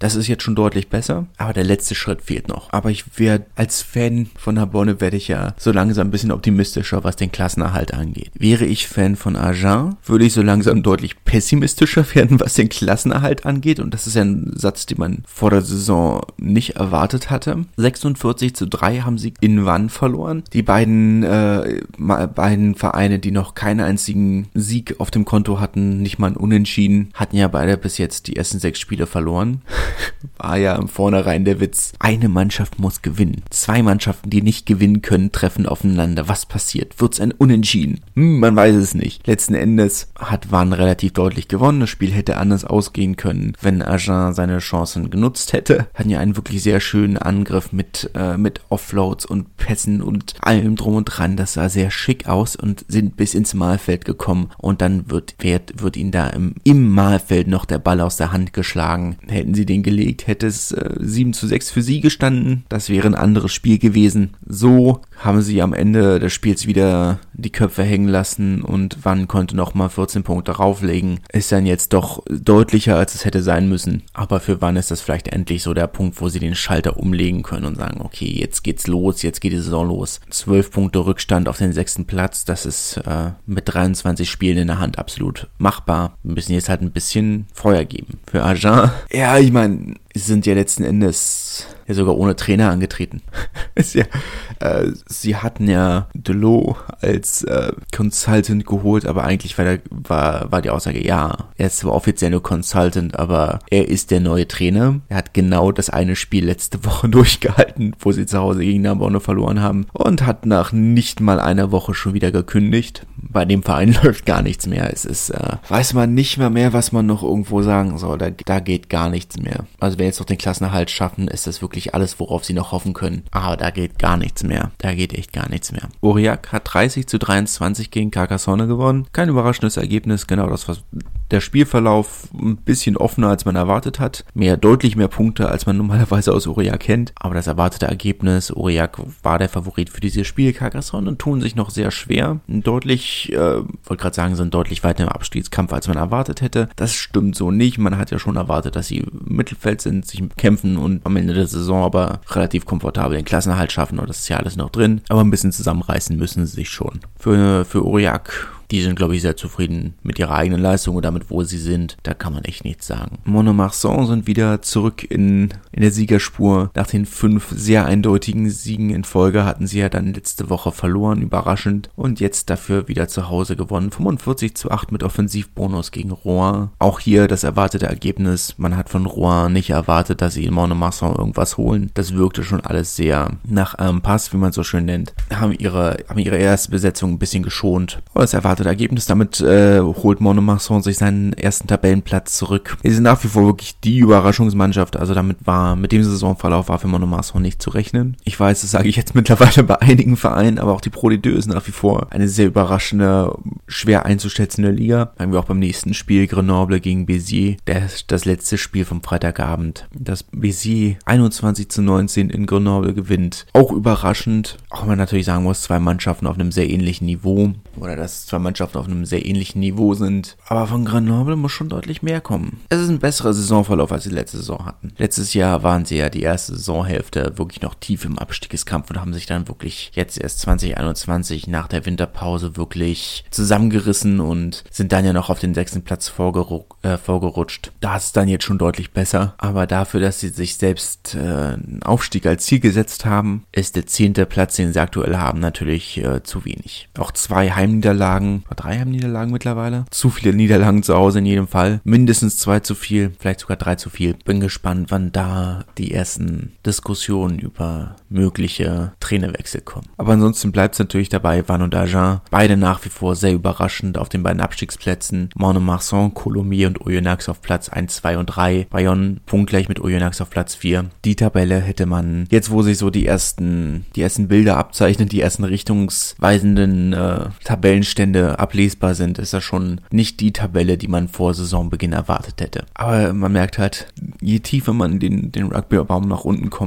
schon deutlich besser, aber der letzte Schritt fehlt noch. Aber ich werde als Fan von Narbonne werde ich ja so langsam ein bisschen optimistischer, was den Klassenerhalt angeht. Wäre ich Fan von Agen, würde ich so langsam deutlich pessimistischer werden, was den Klassenerhalt angeht. Und das ist ja ein Satz, den man vor der Saison nicht erwartet hatte. sechsundvierzig zu drei haben sie in Vannes verloren. Die beiden, äh, beiden Vereine, die noch keinen einzigen Sieg auf dem Konto hatten, nicht mal ein Unentschieden, hatten ja beide bis jetzt die ersten sechs Spiele verloren. War ja im Vornherein der Witz. Eine Mannschaft muss gewinnen. Zwei Mannschaften, die nicht gewinnen können, treffen aufeinander. Was passiert? Wird's ein Unentschieden? Hm, man weiß es nicht. Letzten Endes hat Vannes relativ deutlich gewonnen. Das Spiel hätte anders ausgehen können, wenn Agen seine Chancen genutzt hätte. Hatten ja einen wirklich sehr schönen Angriff mit, äh, mit Offloads und Pässen und allem drum und dran. Das sah sehr schick aus und sind bis ins Mahlfeld gekommen. Und dann wird, wird, wird ihnen da im, im Mahlfeld noch der Ball aus der Hand geschlagen. Hätten sie den gelegt, hätte es äh, sieben zu sechs für sie gestanden. Das wäre ein anderes Spiel gewesen. So haben sie am Ende des Spiels wieder die Köpfe hängen lassen und Vannes konnte nochmal vierzehn Punkte rauflegen. Ist dann jetzt doch deutlicher, als es hätte sein müssen. Aber für Vannes ist das vielleicht endlich so der Punkt, wo sie den Schalter umlegen können und sagen, okay, jetzt geht's los, jetzt geht die Saison los. zwölf Punkte Rückstand auf den sechsten Platz, das ist äh, mit dreiundzwanzig Spielen in der Hand absolut machbar. Wir müssen jetzt halt ein bisschen Feuer geben. Für Agen, ja, ich meine, sie sind ja letzten Endes ja sogar ohne Trainer angetreten. ist ja, äh, sie hatten ja Delot als äh, Consultant geholt, aber eigentlich war, der, war, war die Aussage, ja, er ist zwar offiziell nur Consultant, aber er ist der neue Trainer. Er hat genau das eine Spiel letzte Woche durchgehalten, wo sie zu Hause gegen Narbonne verloren haben und hat nach nicht mal einer Woche schon wieder gekündigt. Bei dem Verein läuft gar nichts mehr. Es ist, äh, weiß man nicht mehr mehr, was man noch irgendwo sagen soll. Da, da geht gar nichts mehr. Also wenn jetzt noch den Klassenerhalt schaffen, ist das wirklich alles, worauf sie noch hoffen können. Aber da geht gar nichts mehr. Da geht echt gar nichts mehr. Aurillac hat dreißig zu dreiundzwanzig gegen Carcassonne gewonnen. Kein überraschendes Ergebnis. Genau das, was der Spielverlauf ein bisschen offener, als man erwartet hat. Mehr, deutlich mehr Punkte, als man normalerweise aus Aurillac kennt. Aber das erwartete Ergebnis, Aurillac war der Favorit für dieses Spiel. Carcassonne tun sich noch sehr schwer. Deutlich, äh, wollte gerade sagen, sind deutlich weiter im Abstiegskampf, als man erwartet hätte. Das stimmt so nicht. Man hat ja schon erwartet, dass sie im Mittelfeld sind, sich kämpfen und am Ende der Saison aber relativ komfortabel den Klassenerhalt schaffen. Und das ist ja alles noch drin. Aber ein bisschen zusammenreißen müssen sie sich schon. Für, für Aurillac, die sind, glaube ich, sehr zufrieden mit ihrer eigenen Leistung und damit, wo sie sind. Da kann man echt nichts sagen. Mont-de-Marsan sind wieder zurück in, in der Siegerspur. Nach den fünf sehr eindeutigen Siegen in Folge hatten sie ja dann letzte Woche verloren, überraschend. Und jetzt dafür wieder zu Hause gewonnen. fünfundvierzig zu acht mit Offensivbonus gegen Rouen. Auch hier das erwartete Ergebnis. Man hat von Rouen nicht erwartet, dass sie in Mont-de-Marsan irgendwas holen. Das wirkte schon alles sehr nach einem Pass, wie man es so schön nennt. Haben ihre, haben ihre erste Besetzung ein bisschen geschont. Aber das erwartete Ergebnis. Damit äh, holt Mont-de-Marsan sich seinen ersten Tabellenplatz zurück. Sie sind nach wie vor wirklich die Überraschungsmannschaft. Also damit war, mit dem Saisonverlauf war für Mont-de-Marsan nicht zu rechnen. Ich weiß, das sage ich jetzt mittlerweile bei einigen Vereinen, aber auch die Pro D zwei ist nach wie vor eine sehr überraschende, schwer einzuschätzende Liga. Haben wir auch beim nächsten Spiel Grenoble gegen Béziers. Das, das letzte Spiel vom Freitagabend. Das Béziers einundzwanzig zu neunzehn in Grenoble gewinnt. Auch überraschend. Auch wenn man natürlich sagen muss, zwei Mannschaften auf einem sehr ähnlichen Niveau. Oder dass zwei Mannschaften auf einem sehr ähnlichen Niveau sind. Aber von Grenoble muss schon deutlich mehr kommen. Es ist ein besserer Saisonverlauf, als sie letzte Saison hatten. Letztes Jahr waren sie ja die erste Saisonhälfte wirklich noch tief im Abstiegskampf und haben sich dann wirklich jetzt erst zwanzig einundzwanzig nach der Winterpause wirklich zusammengerissen und sind dann ja noch auf den sechsten Platz vorgeru- äh, vorgerutscht. Da ist es dann jetzt schon deutlich besser. Aber dafür, dass sie sich selbst äh, einen Aufstieg als Ziel gesetzt haben, ist der zehnte Platz, den sie aktuell haben, natürlich äh, zu wenig. Auch zwei Heimniederlagen, drei Heimniederlagen mittlerweile. Zu viele Niederlagen zu Hause in jedem Fall. Mindestens zwei zu viel, vielleicht sogar drei zu viel. Bin gespannt, wann da die ersten Diskussionen über mögliche Trainerwechsel kommen. Aber ansonsten bleibt es natürlich dabei, Vannes und Agen, beide nach wie vor sehr überraschend auf den beiden Abstiegsplätzen. Mont-de-Marsan, Colomiers und Oyonnax auf Platz eins, zwei und drei. Bayonne punktgleich mit Oyonnax auf Platz vier. Die Tabelle hätte man, jetzt wo sich so die ersten, die ersten Bilder abzeichnen, die ersten richtungsweisenden äh, Tabellenstände ablesbar sind, ist das schon nicht die Tabelle, die man vor Saisonbeginn erwartet hätte. Aber man merkt halt, je tiefer man den, den Rugby-Baum nach unten kommt,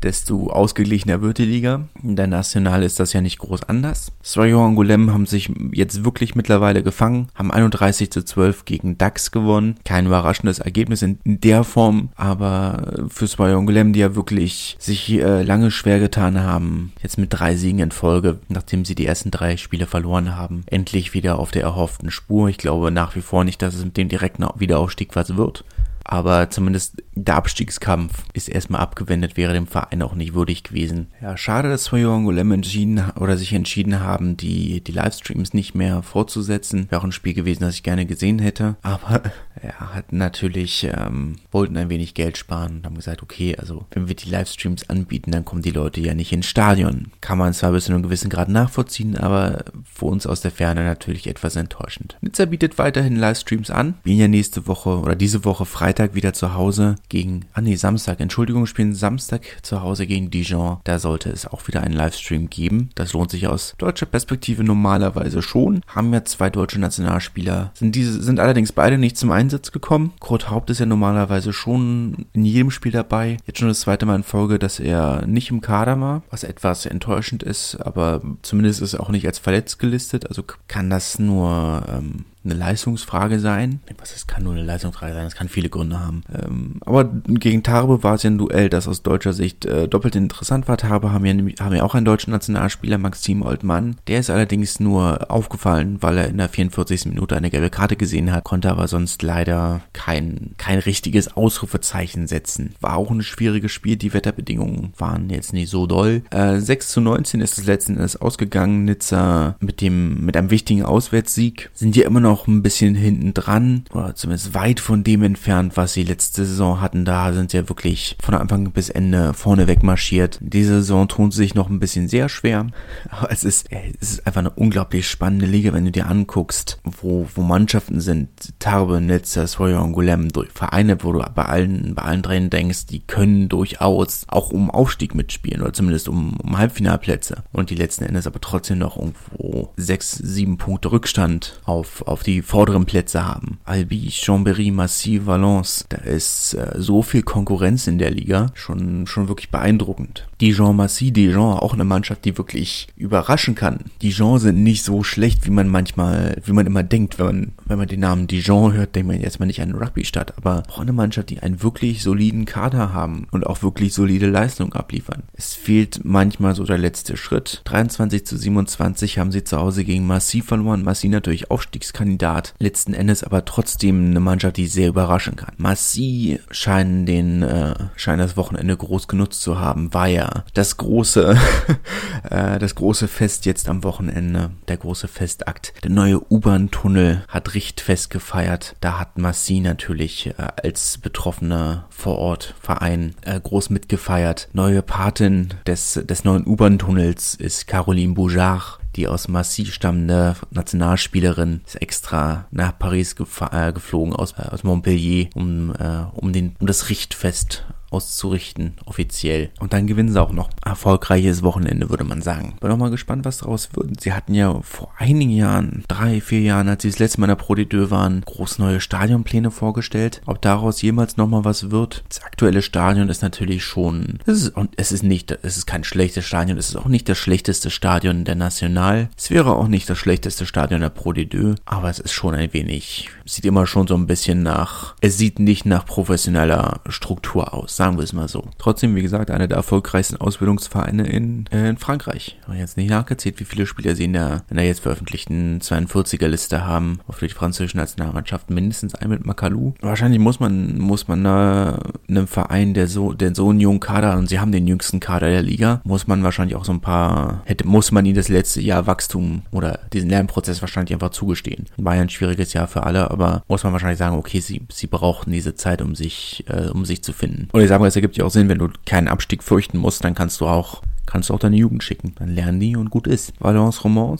desto ausgeglichener wird die Liga. In der National ist das ja nicht groß anders. Soyons Angoulême haben sich jetzt wirklich mittlerweile gefangen, haben einunddreißig zu zwölf gegen Dax gewonnen. Kein überraschendes Ergebnis in der Form, aber für Soyons Angoulême, die ja wirklich sich äh, lange schwer getan haben, jetzt mit drei Siegen in Folge, nachdem sie die ersten drei Spiele verloren haben, endlich wieder auf der erhofften Spur. Ich glaube nach wie vor nicht, dass es mit dem direkten Wiederaufstieg was wird. Aber zumindest der Abstiegskampf ist erstmal abgewendet, wäre dem Verein auch nicht würdig gewesen. Ja, schade, dass Soyons Angoulême entschieden oder sich entschieden haben, die die Livestreams nicht mehr fortzusetzen. Wäre auch ein Spiel gewesen, das ich gerne gesehen hätte. Aber ja, hatten natürlich, ähm, wollten ein wenig Geld sparen und haben gesagt, okay, also wenn wir die Livestreams anbieten, dann kommen die Leute ja nicht ins Stadion. Kann man zwar bis zu einem gewissen Grad nachvollziehen, aber für uns aus der Ferne natürlich etwas enttäuschend. Nizza bietet weiterhin Livestreams an. Wir ja nächste Woche oder diese Woche Freitag wieder zu Hause gegen, ah nee, Samstag, Entschuldigung, spielen Samstag zu Hause gegen Dijon. Da sollte es auch wieder einen Livestream geben. Das lohnt sich aus deutscher Perspektive normalerweise schon. Haben ja zwei deutsche Nationalspieler, sind diese, sind allerdings beide nicht zum Einsatz gekommen. Kurt Haupt ist ja normalerweise schon in jedem Spiel dabei. Jetzt schon das zweite Mal in Folge, dass er nicht im Kader war, was etwas enttäuschend ist, aber zumindest ist er auch nicht als verletzt gelistet. Also kann das nur ähm, eine Leistungsfrage sein. Was, das kann nur eine Leistungsfrage sein, das kann viele Gründe haben. Ähm, aber gegen Tarbes war es ja ein Duell, das aus deutscher Sicht äh, doppelt interessant war. Tarbes haben ja, haben ja auch einen deutschen Nationalspieler, Maxime Oltmann. Der ist allerdings nur aufgefallen, weil er in der vierundvierzigsten Minute eine gelbe Karte gesehen hat, konnte aber sonst leider kein, kein richtiges Ausrufezeichen setzen. War auch ein schwieriges Spiel, die Wetterbedingungen waren jetzt nicht so doll. Äh, sechs zu neunzehn ist es letzten Endes ausgegangen. Nizza mit dem, mit einem wichtigen Auswärtssieg sind ja immer noch ein bisschen hinten dran oder zumindest weit von dem entfernt, was sie letzte Saison hatten. Da sind sie ja wirklich von Anfang bis Ende vorne weg marschiert. Diese Saison tun sie sich noch ein bisschen sehr schwer, aber es ist, es ist einfach eine unglaublich spannende Liga, wenn du dir anguckst, wo, wo Mannschaften sind, Tarbes, Nizza, Soyons Angoulême, Vereine, wo du bei allen, bei allen dreien denkst, die können durchaus auch um Aufstieg mitspielen oder zumindest um, um Halbfinalplätze und die letzten Endes aber trotzdem noch irgendwo sechs, sieben Punkte Rückstand auf, auf die vorderen Plätze haben. Albi, Chambéry, Massy, Valence, da ist äh, so viel Konkurrenz in der Liga, schon schon wirklich beeindruckend. Dijon, Massy, Dijon, auch eine Mannschaft, die wirklich überraschen kann. Dijon sind nicht so schlecht, wie man manchmal, wie man immer denkt, wenn man, wenn man den Namen Dijon hört, denkt man jetzt mal nicht an Rugby-Stadt, aber auch eine Mannschaft, die einen wirklich soliden Kader haben und auch wirklich solide Leistung abliefern. Es fehlt manchmal so der letzte Schritt. dreiundzwanzig zu siebenundzwanzig haben sie zu Hause gegen Massy verloren. Massy natürlich Aufstiegskandidat. Letzten Endes aber trotzdem eine Mannschaft, die sehr überraschen kann. Massy scheinen den, äh, scheinen das Wochenende groß genutzt zu haben, war ja das große, äh, das große Fest jetzt am Wochenende, der große Festakt. Der neue U-Bahn-Tunnel hat Richtfest gefeiert. Da hat Massy natürlich äh, als betroffener Vorortverein äh, groß mitgefeiert. Neue Patin des, des neuen U-Bahn-Tunnels ist Caroline Boujard. Die aus Massy stammende Nationalspielerin ist extra nach Paris gef- äh, geflogen aus, äh, aus Montpellier, um, äh, um, den, um das Richtfest auszurichten, offiziell. Und dann gewinnen sie auch noch. Erfolgreiches Wochenende, würde man sagen. Bin auch mal gespannt, was daraus wird. Sie hatten ja vor einigen Jahren, drei, vier Jahren, als sie das letzte Mal in der Pro D zwei waren, groß neue Stadionpläne vorgestellt. Ob daraus jemals nochmal was wird? Das aktuelle Stadion ist natürlich schon, es ist, und es ist nicht, es ist kein schlechtes Stadion, es ist auch nicht das schlechteste Stadion der National. Es wäre auch nicht das schlechteste Stadion der Pro D zwei, aber es ist schon ein wenig, sieht immer schon so ein bisschen nach, es sieht nicht nach professioneller Struktur aus, sagen wir es mal so. Trotzdem, wie gesagt, einer der erfolgreichsten Ausbildungsvereine in, äh, in Frankreich. Ich habe jetzt nicht nachgezählt, wie viele Spieler sie in der, in der jetzt veröffentlichten zweiundvierziger-Liste haben, auf die französischen Nationalmannschaften, mindestens ein mit Macalou. Wahrscheinlich muss man, muss man äh, einem Verein, der so, der so einen jungen Kader hat, und sie haben den jüngsten Kader der Liga, muss man wahrscheinlich auch so ein paar, hätte, muss man ihnen das letzte Jahr Wachstum oder diesen Lernprozess wahrscheinlich einfach zugestehen. War ja ein schwieriges Jahr für alle, aber muss man wahrscheinlich sagen, okay, sie, sie brauchten diese Zeit, um sich, äh, um sich zu finden. Und ich sage mal, es ergibt ja auch Sinn, wenn du keinen Abstieg fürchten musst, dann kannst du auch kannst du auch deine Jugend schicken. Dann lernen die und gut ist. Valence Romans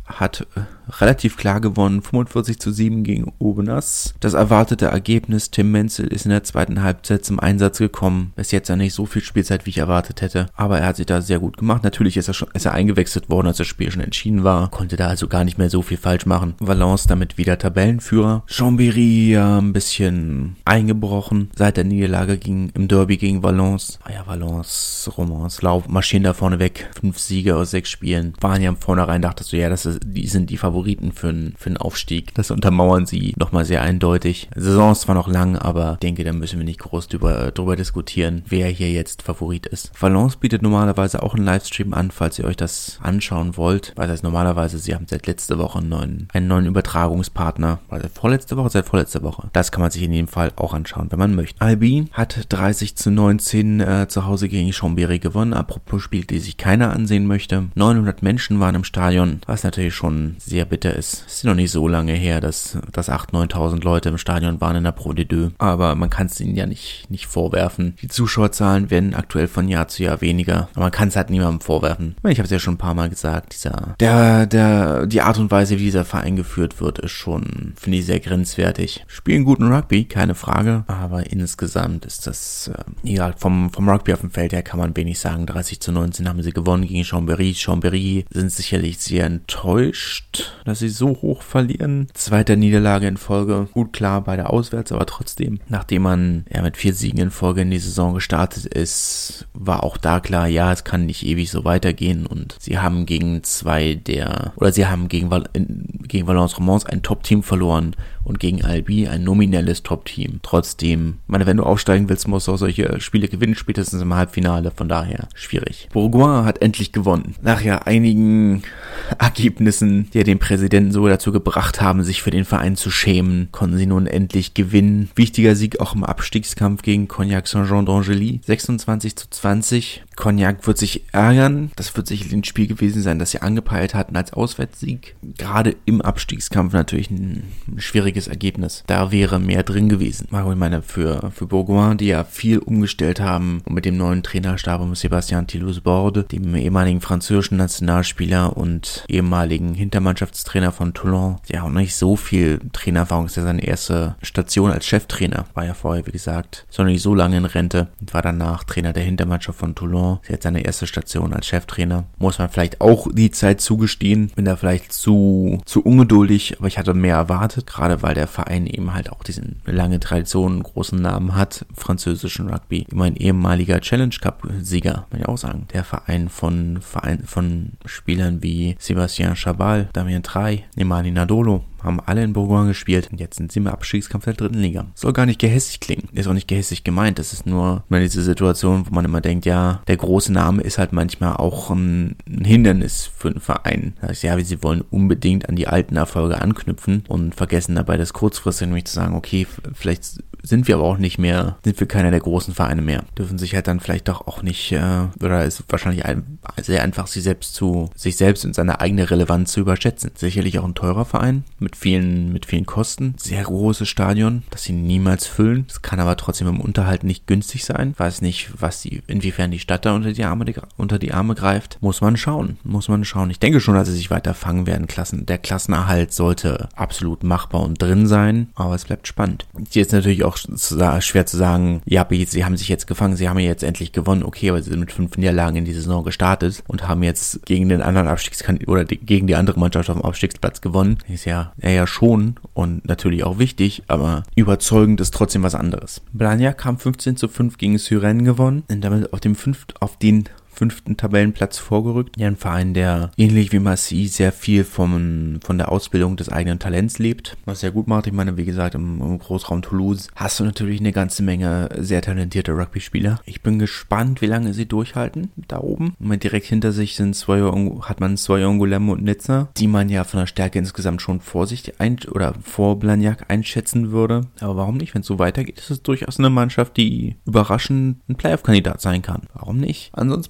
hat äh, relativ klar gewonnen, fünfundvierzig zu sieben gegen Aubenas. Das erwartete Ergebnis, Tim Menzel ist in der zweiten Halbzeit zum Einsatz gekommen. Bis jetzt ja nicht so viel Spielzeit, wie ich erwartet hätte, aber er hat sich da sehr gut gemacht. Natürlich ist er schon, ist er eingewechselt worden, als das Spiel schon entschieden war, konnte da also gar nicht mehr so viel falsch machen. Valence damit wieder Tabellenführer. Chambéry ja ein bisschen eingebrochen seit der Niederlage gegen, im Derby gegen Valence. Ah ja, Valence, Romans, Lauf, marschieren da vorne weg. Fünf Siege aus sechs Spielen. Waren ja im Vornherein, dachtest du, ja, das ist, die sind die Favoriten für einen für einen Aufstieg. Das untermauern sie nochmal sehr eindeutig. Die Saison ist zwar noch lang, aber ich denke, da müssen wir nicht groß drüber, drüber diskutieren, wer hier jetzt Favorit ist. Valence bietet normalerweise auch einen Livestream an, falls ihr euch das anschauen wollt. Weil das normalerweise, sie haben seit letzter Woche einen neuen, einen neuen Übertragungspartner. Also vorletzte Woche, seit vorletzter Woche. Das kann man sich in jedem Fall auch anschauen, wenn man möchte. Albi hat dreißig zu neunzehn äh, zu Hause gegen Chambéry gewonnen. Apropos Spiel, die sich keiner ansehen möchte. neunhundert Menschen waren im Stadion, was natürlich schon sehr bitter ist. Es ist noch nicht so lange her, dass, dass achttausend, neuntausend Leute im Stadion waren in der Pro D zwei. Aber man kann es ihnen ja nicht, nicht vorwerfen. Die Zuschauerzahlen werden aktuell von Jahr zu Jahr weniger. Aber man kann es halt niemandem vorwerfen. Ich habe es ja schon ein paar Mal gesagt, dieser, der, der, die Art und Weise, wie dieser Verein geführt wird, ist schon, finde ich, sehr grenzwertig. Spielen guten Rugby, keine Frage. Aber insgesamt ist das, äh, egal, vom, vom Rugby auf dem Feld her kann man wenig sagen. dreißig zu neunzehn haben sie gewonnen gegen Chambéry. Chambéry sind sicherlich sehr enttäuscht, dass sie so hoch verlieren. Zweite Niederlage in Folge. Gut, klar, beide auswärts, aber trotzdem. Nachdem man ja mit vier Siegen in Folge in die Saison gestartet ist, war auch da klar, ja, es kann nicht ewig so weitergehen und sie haben gegen zwei der, oder sie haben gegen, Val- gegen Valence Romans ein Top-Team verloren und gegen Albi ein nominelles Top-Team. Trotzdem, ich meine, wenn du aufsteigen willst, musst du auch solche Spiele gewinnen, spätestens im Halbfinale, von daher schwierig. Bourgoin hat endlich gewonnen. Nach ja einigen Ergebnissen, die den Präsidenten so dazu gebracht haben, sich für den Verein zu schämen, konnten sie nun endlich gewinnen. Wichtiger Sieg auch im Abstiegskampf gegen Cognac Saint-Jean d'Angely, sechsundzwanzig zu zwanzig. Cognac wird sich ärgern. Das wird sicherlich ein Spiel gewesen sein, das sie angepeilt hatten als Auswärtssieg. Gerade im Abstiegskampf natürlich ein, ein schwieriges Ergebnis. Da wäre mehr drin gewesen. Ich meine, für, für Bourgoin, die ja viel umgestellt haben und mit dem neuen Trainerstab um Sébastien Tillous-Borde, dem ehemaligen französischen Nationalspieler und ehemaligen Hintermannschaftstrainer von Toulon, der auch nicht so viel Trainererfahrung ist. Ja seine erste Station als Cheftrainer. War ja vorher, wie gesagt, sondern nicht so lange in Rente und war danach Trainer der Hintermannschaft von Toulon. Sie hat seine erste Station als Cheftrainer. Muss man vielleicht auch die Zeit zugestehen. Bin da vielleicht zu, zu ungeduldig, aber ich hatte mehr erwartet, gerade weil der Verein eben halt auch diesen lange Tradition, einen großen Namen hat, französischen Rugby. Immer ein ehemaliger Challenge Cup Sieger, kann ich auch sagen. Der Verein von, Verein von Spielern wie Sébastien Chabal, Damien Traille, Nemani Nadolo, haben alle in Bourgoin gespielt und jetzt sind sie im Abstiegskampf der dritten Liga. Soll gar nicht gehässig klingen. Ist auch nicht gehässig gemeint. Das ist nur mal diese Situation, wo man immer denkt, ja, der große Name ist halt manchmal auch ein, ein Hindernis für einen Verein. Das heißt, ja, sie wollen unbedingt an die alten Erfolge anknüpfen und vergessen dabei das kurzfristig nämlich zu sagen, okay, vielleicht sind wir aber auch nicht mehr, sind wir keiner der großen Vereine mehr. Dürfen sich halt dann vielleicht doch auch nicht, äh, oder ist wahrscheinlich ein, sehr einfach, sich selbst zu, sich selbst und seine eigene Relevanz zu überschätzen. Sicherlich auch ein teurer Verein mit vielen, mit vielen Kosten. Sehr großes Stadion, das sie niemals füllen. Es kann aber trotzdem im Unterhalt nicht günstig sein. Weiß nicht, was die, inwiefern die Stadt da unter die Arme, unter die Arme greift. Muss man schauen. Muss man schauen. Ich denke schon, dass sie sich weiter fangen werden. Klassen, der Klassenerhalt sollte absolut machbar und drin sein, aber es bleibt spannend. Hier ist natürlich auch schwer zu sagen, ja, sie haben sich jetzt gefangen, sie haben jetzt endlich gewonnen, okay, aber sie sind mit fünf Niederlagen in die Saison gestartet und haben jetzt gegen den anderen Abstiegskandidaten oder die, gegen die andere Mannschaft auf dem Abstiegsplatz gewonnen. Ist ja, ja, ja schon und natürlich auch wichtig, aber überzeugend ist trotzdem was anderes. Blagnac haben fünfzehn zu fünf gegen Suresnes gewonnen und damit auf dem fünften, auf den fünften Tabellenplatz vorgerückt. Ja, ein Verein, der ähnlich wie Massy sehr viel vom, von der Ausbildung des eigenen Talents lebt, was sehr gut macht. Ich meine, wie gesagt, im, im Großraum Toulouse hast du natürlich eine ganze Menge sehr talentierte Rugby-Spieler. Ich bin gespannt, wie lange sie durchhalten da oben. Und direkt hinter sich sind zwei, hat man zwei Angoulême und Nizza, die man ja von der Stärke insgesamt schon vorsichtig ein, oder vor Blagnac einschätzen würde. Aber warum nicht? Wenn es so weitergeht, ist es durchaus eine Mannschaft, die überraschend ein Playoff-Kandidat sein kann. Warum nicht? Ansonsten muss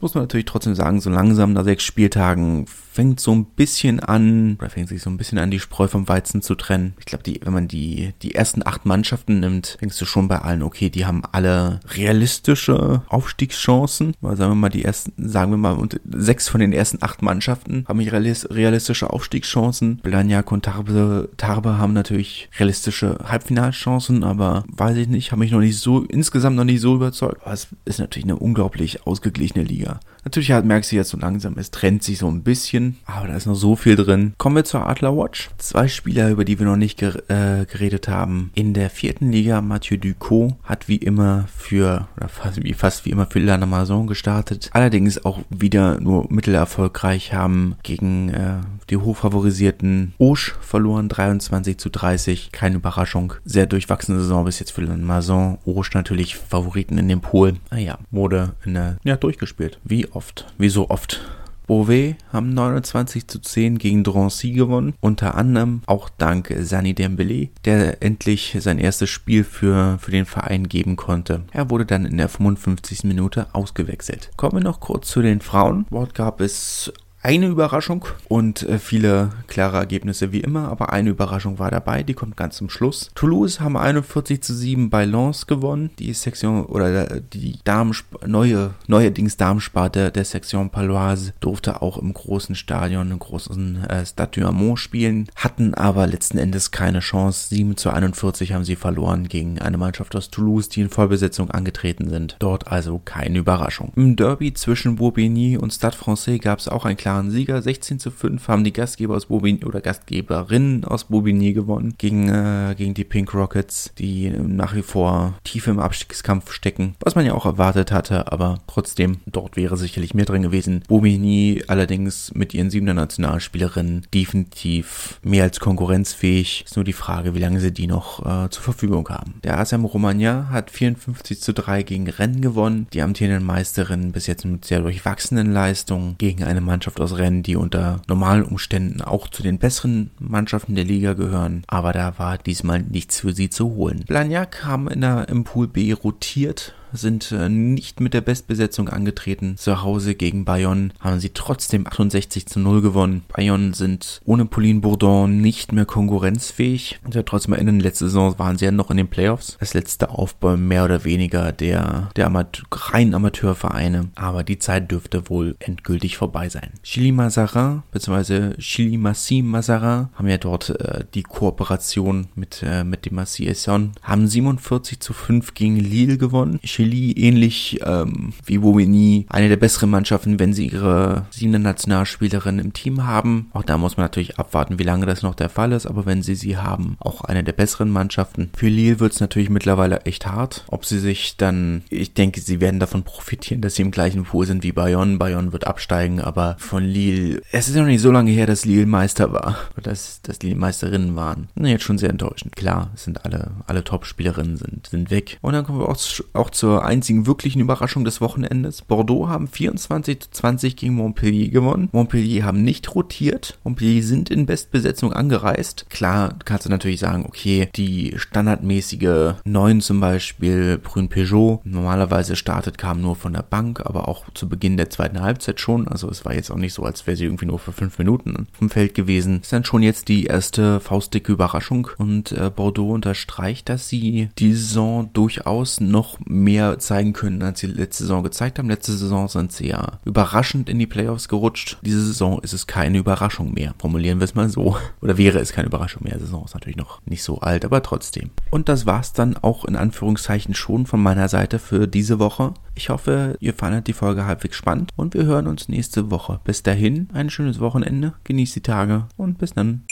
muss man natürlich trotzdem sagen, so langsam nach sechs Spieltagen fängt so ein bisschen an, oder fängt sich so ein bisschen an, die Spreu vom Weizen zu trennen. Ich glaube, die, wenn man die, die ersten acht Mannschaften nimmt, denkst du schon bei allen, okay, die haben alle realistische Aufstiegschancen. Weil sagen wir mal, die ersten, sagen wir mal, und sechs von den ersten acht Mannschaften haben realistische Aufstiegschancen. Blagnac und Tarbes, Tarbes haben natürlich realistische Halbfinalchancen, aber weiß ich nicht, habe mich noch nicht so, insgesamt noch nicht so überzeugt. Aber es ist natürlich eine unglaublich ausgeglichene Liga. Natürlich halt merkst du jetzt so langsam, es trennt sich so ein bisschen, aber da ist noch so viel drin. Kommen wir zur Adler Watch. Zwei Spieler, über die wir noch nicht ger- äh, geredet haben. In der vierten Liga, Mathieu Ducot hat wie immer für, oder fast wie, fast wie immer für Lannemezan gestartet. Allerdings auch wieder nur mittelerfolgreich, haben gegen äh, die hochfavorisierten Auch verloren, dreiundzwanzig zu dreißig. Keine Überraschung. Sehr durchwachsene Saison bis jetzt für Lannemezan. Auch natürlich Favoriten in dem Pool. Naja, wurde in der, ja, durchgespielt. Wie oft, wie so oft. Beauvais haben neunundzwanzig zu zehn gegen Drancy gewonnen, unter anderem auch dank Sani Dembélé, der endlich sein erstes Spiel für, für den Verein geben konnte. Er wurde dann in der fünfundfünfzigsten Minute ausgewechselt. Kommen wir noch kurz zu den Frauen. Dort gab es eine Überraschung und äh, viele klare Ergebnisse wie immer, aber eine Überraschung war dabei, die kommt ganz zum Schluss. Toulouse haben einundvierzig zu sieben bei Lens gewonnen. Die Sektion oder die Damen neue neuerdings Damensparte der Section Paloise durfte auch im großen Stadion, im großen äh, Stade du Hamon spielen, hatten aber letzten Endes keine Chance. sieben zu einundvierzig haben sie verloren gegen eine Mannschaft aus Toulouse, die in Vollbesetzung angetreten sind. Dort also keine Überraschung. Im Derby zwischen Bobigny und Stade Francais gab es auch ein klaren Sieger. sechzehn zu fünf haben die Gastgeber aus Bobigny oder Gastgeberinnen aus Bobigny gewonnen gegen, äh, gegen die Pink Rockets, die nach wie vor tief im Abstiegskampf stecken, was man ja auch erwartet hatte, aber trotzdem, dort wäre sicherlich mehr drin gewesen. Bobigny allerdings mit ihren siebter Nationalspielerinnen definitiv mehr als konkurrenzfähig. Ist nur die Frage, wie lange sie die noch äh, zur Verfügung haben. Der A S M Romagna hat vierundfünfzig zu drei gegen Rennes gewonnen. Die amtierenden Meisterinnen bis jetzt mit sehr durchwachsenen Leistungen gegen eine Mannschaft aus Rennes, die unter normalen Umständen auch zu den besseren Mannschaften der Liga gehören, aber da war diesmal nichts für sie zu holen. Blagnac haben in der, im Pool B rotiert, sind äh, nicht mit der Bestbesetzung angetreten. Zu Hause gegen Bayonne haben sie trotzdem achtundsechzig zu null gewonnen. Bayonne sind ohne Pauline Bourdon nicht mehr konkurrenzfähig. Und ja, trotzdem erinnern, letzte Saison waren sie ja noch in den Playoffs. Das letzte Aufbau mehr oder weniger der, der Amateur, reinen Amateurvereine. Aber die Zeit dürfte wohl endgültig vorbei sein. Chili Mazarin bzw. Chili Massy Mazarin haben ja dort äh, die Kooperation mit, äh, mit dem Massy Esson, haben siebenundvierzig zu fünf gegen Lille gewonnen. Chili, ähnlich ähm, wie Bobigny, eine der besseren Mannschaften, wenn sie ihre siebte Nationalspielerin im Team haben. Auch da muss man natürlich abwarten, wie lange das noch der Fall ist, aber wenn sie sie haben, auch eine der besseren Mannschaften. Für Lille wird es natürlich mittlerweile echt hart. Ob sie sich dann, ich denke, sie werden davon profitieren, dass sie im gleichen Pool sind wie Bayonne. Bayonne wird absteigen, aber von Lille, es ist ja noch nicht so lange her, dass Lille Meister war, dass, dass Lille Meisterinnen waren. Na, jetzt schon sehr enttäuschend. Klar, es sind alle, alle Top-Spielerinnen sind, sind weg. Und dann kommen wir auch, auch zur einzigen wirklichen Überraschung des Wochenendes. Bordeaux haben vierundzwanzig zu zwanzig gegen Montpellier gewonnen. Montpellier haben nicht rotiert. Montpellier sind in Bestbesetzung angereist. Klar, kannst du natürlich sagen, okay, die standardmäßige neun zum Beispiel, Brune Peugeot, normalerweise startet, kam nur von der Bank, aber auch zu Beginn der zweiten Halbzeit schon. Also es war jetzt auch nicht so, als wäre sie irgendwie nur für fünf Minuten vom Feld gewesen. Ist dann schon jetzt die erste faustdicke Überraschung und äh, Bordeaux unterstreicht, dass sie die Saison durchaus noch mehr zeigen können, als sie letzte Saison gezeigt haben. Letzte Saison sind sie ja überraschend in die Playoffs gerutscht. Diese Saison ist es keine Überraschung mehr. Formulieren wir es mal so. Oder wäre es keine Überraschung mehr. Die Saison ist natürlich noch nicht so alt, aber trotzdem. Und das war's dann auch in Anführungszeichen schon von meiner Seite für diese Woche. Ich hoffe, ihr fandet die Folge halbwegs spannend und wir hören uns nächste Woche. Bis dahin, ein schönes Wochenende, genießt die Tage und bis dann.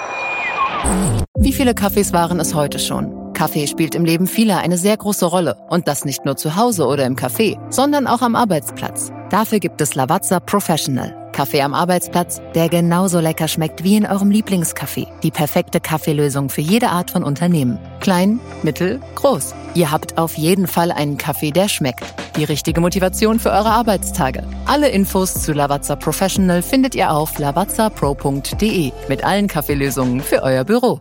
Wie viele Kaffees waren es heute schon? Kaffee spielt im Leben vieler eine sehr große Rolle. Und das nicht nur zu Hause oder im Café, sondern auch am Arbeitsplatz. Dafür gibt es Lavazza Professional. Kaffee am Arbeitsplatz, der genauso lecker schmeckt wie in eurem Lieblingscafé. Die perfekte Kaffeelösung für jede Art von Unternehmen. Klein, mittel, groß. Ihr habt auf jeden Fall einen Kaffee, der schmeckt. Die richtige Motivation für eure Arbeitstage. Alle Infos zu Lavazza Professional findet ihr auf lavazza pro punkt de mit allen Kaffeelösungen für euer Büro.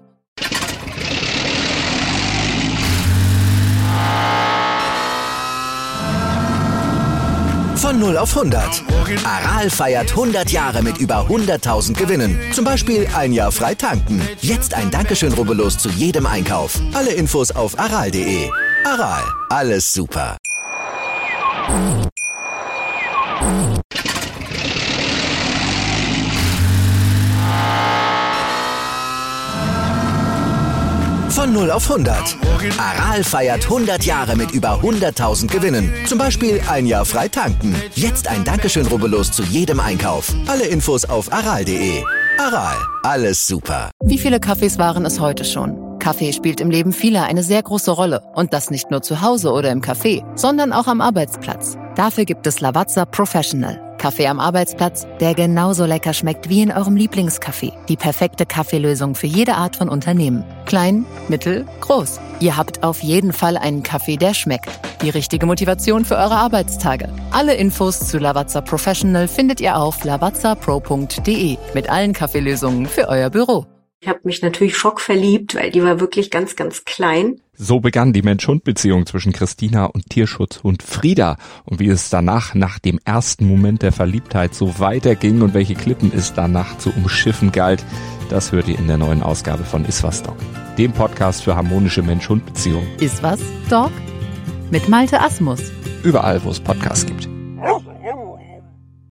Von null auf hundert. Aral feiert hundert Jahre mit über hunderttausend Gewinnen. Zum Beispiel ein Jahr frei tanken. Jetzt ein Dankeschön, rubbellos zu jedem Einkauf. Alle Infos auf aral punkt de. Aral, alles super. Von null auf hundert. Aral feiert hundert Jahre mit über hunderttausend Gewinnen. Zum Beispiel ein Jahr frei tanken. Jetzt ein Dankeschön, rubbellos zu jedem Einkauf. Alle Infos auf aral punkt de. Aral, alles super. Wie viele Kaffees waren es heute schon? Kaffee spielt im Leben vieler eine sehr große Rolle. Und das nicht nur zu Hause oder im Café, sondern auch am Arbeitsplatz. Dafür gibt es Lavazza Professional. Kaffee am Arbeitsplatz, der genauso lecker schmeckt wie in eurem Lieblingscafé. Die perfekte Kaffeelösung für jede Art von Unternehmen. Klein, mittel, groß. Ihr habt auf jeden Fall einen Kaffee, der schmeckt. Die richtige Motivation für eure Arbeitstage. Alle Infos zu Lavazza Professional findet ihr auf lavazza pro punkt de mit allen Kaffeelösungen für euer Büro. Ich habe mich natürlich schockverliebt, weil die war wirklich ganz, ganz klein. So begann die Mensch-Hund-Beziehung zwischen Christina und Tierschutzhund Frieda. Und wie es danach, nach dem ersten Moment der Verliebtheit, so weiterging und welche Klippen es danach zu umschiffen galt, das hört ihr in der neuen Ausgabe von Iswas Dog, dem Podcast für harmonische Mensch-Hund-Beziehungen. Iswas Dog? Mit Malte Asmus. Überall, wo es Podcasts gibt.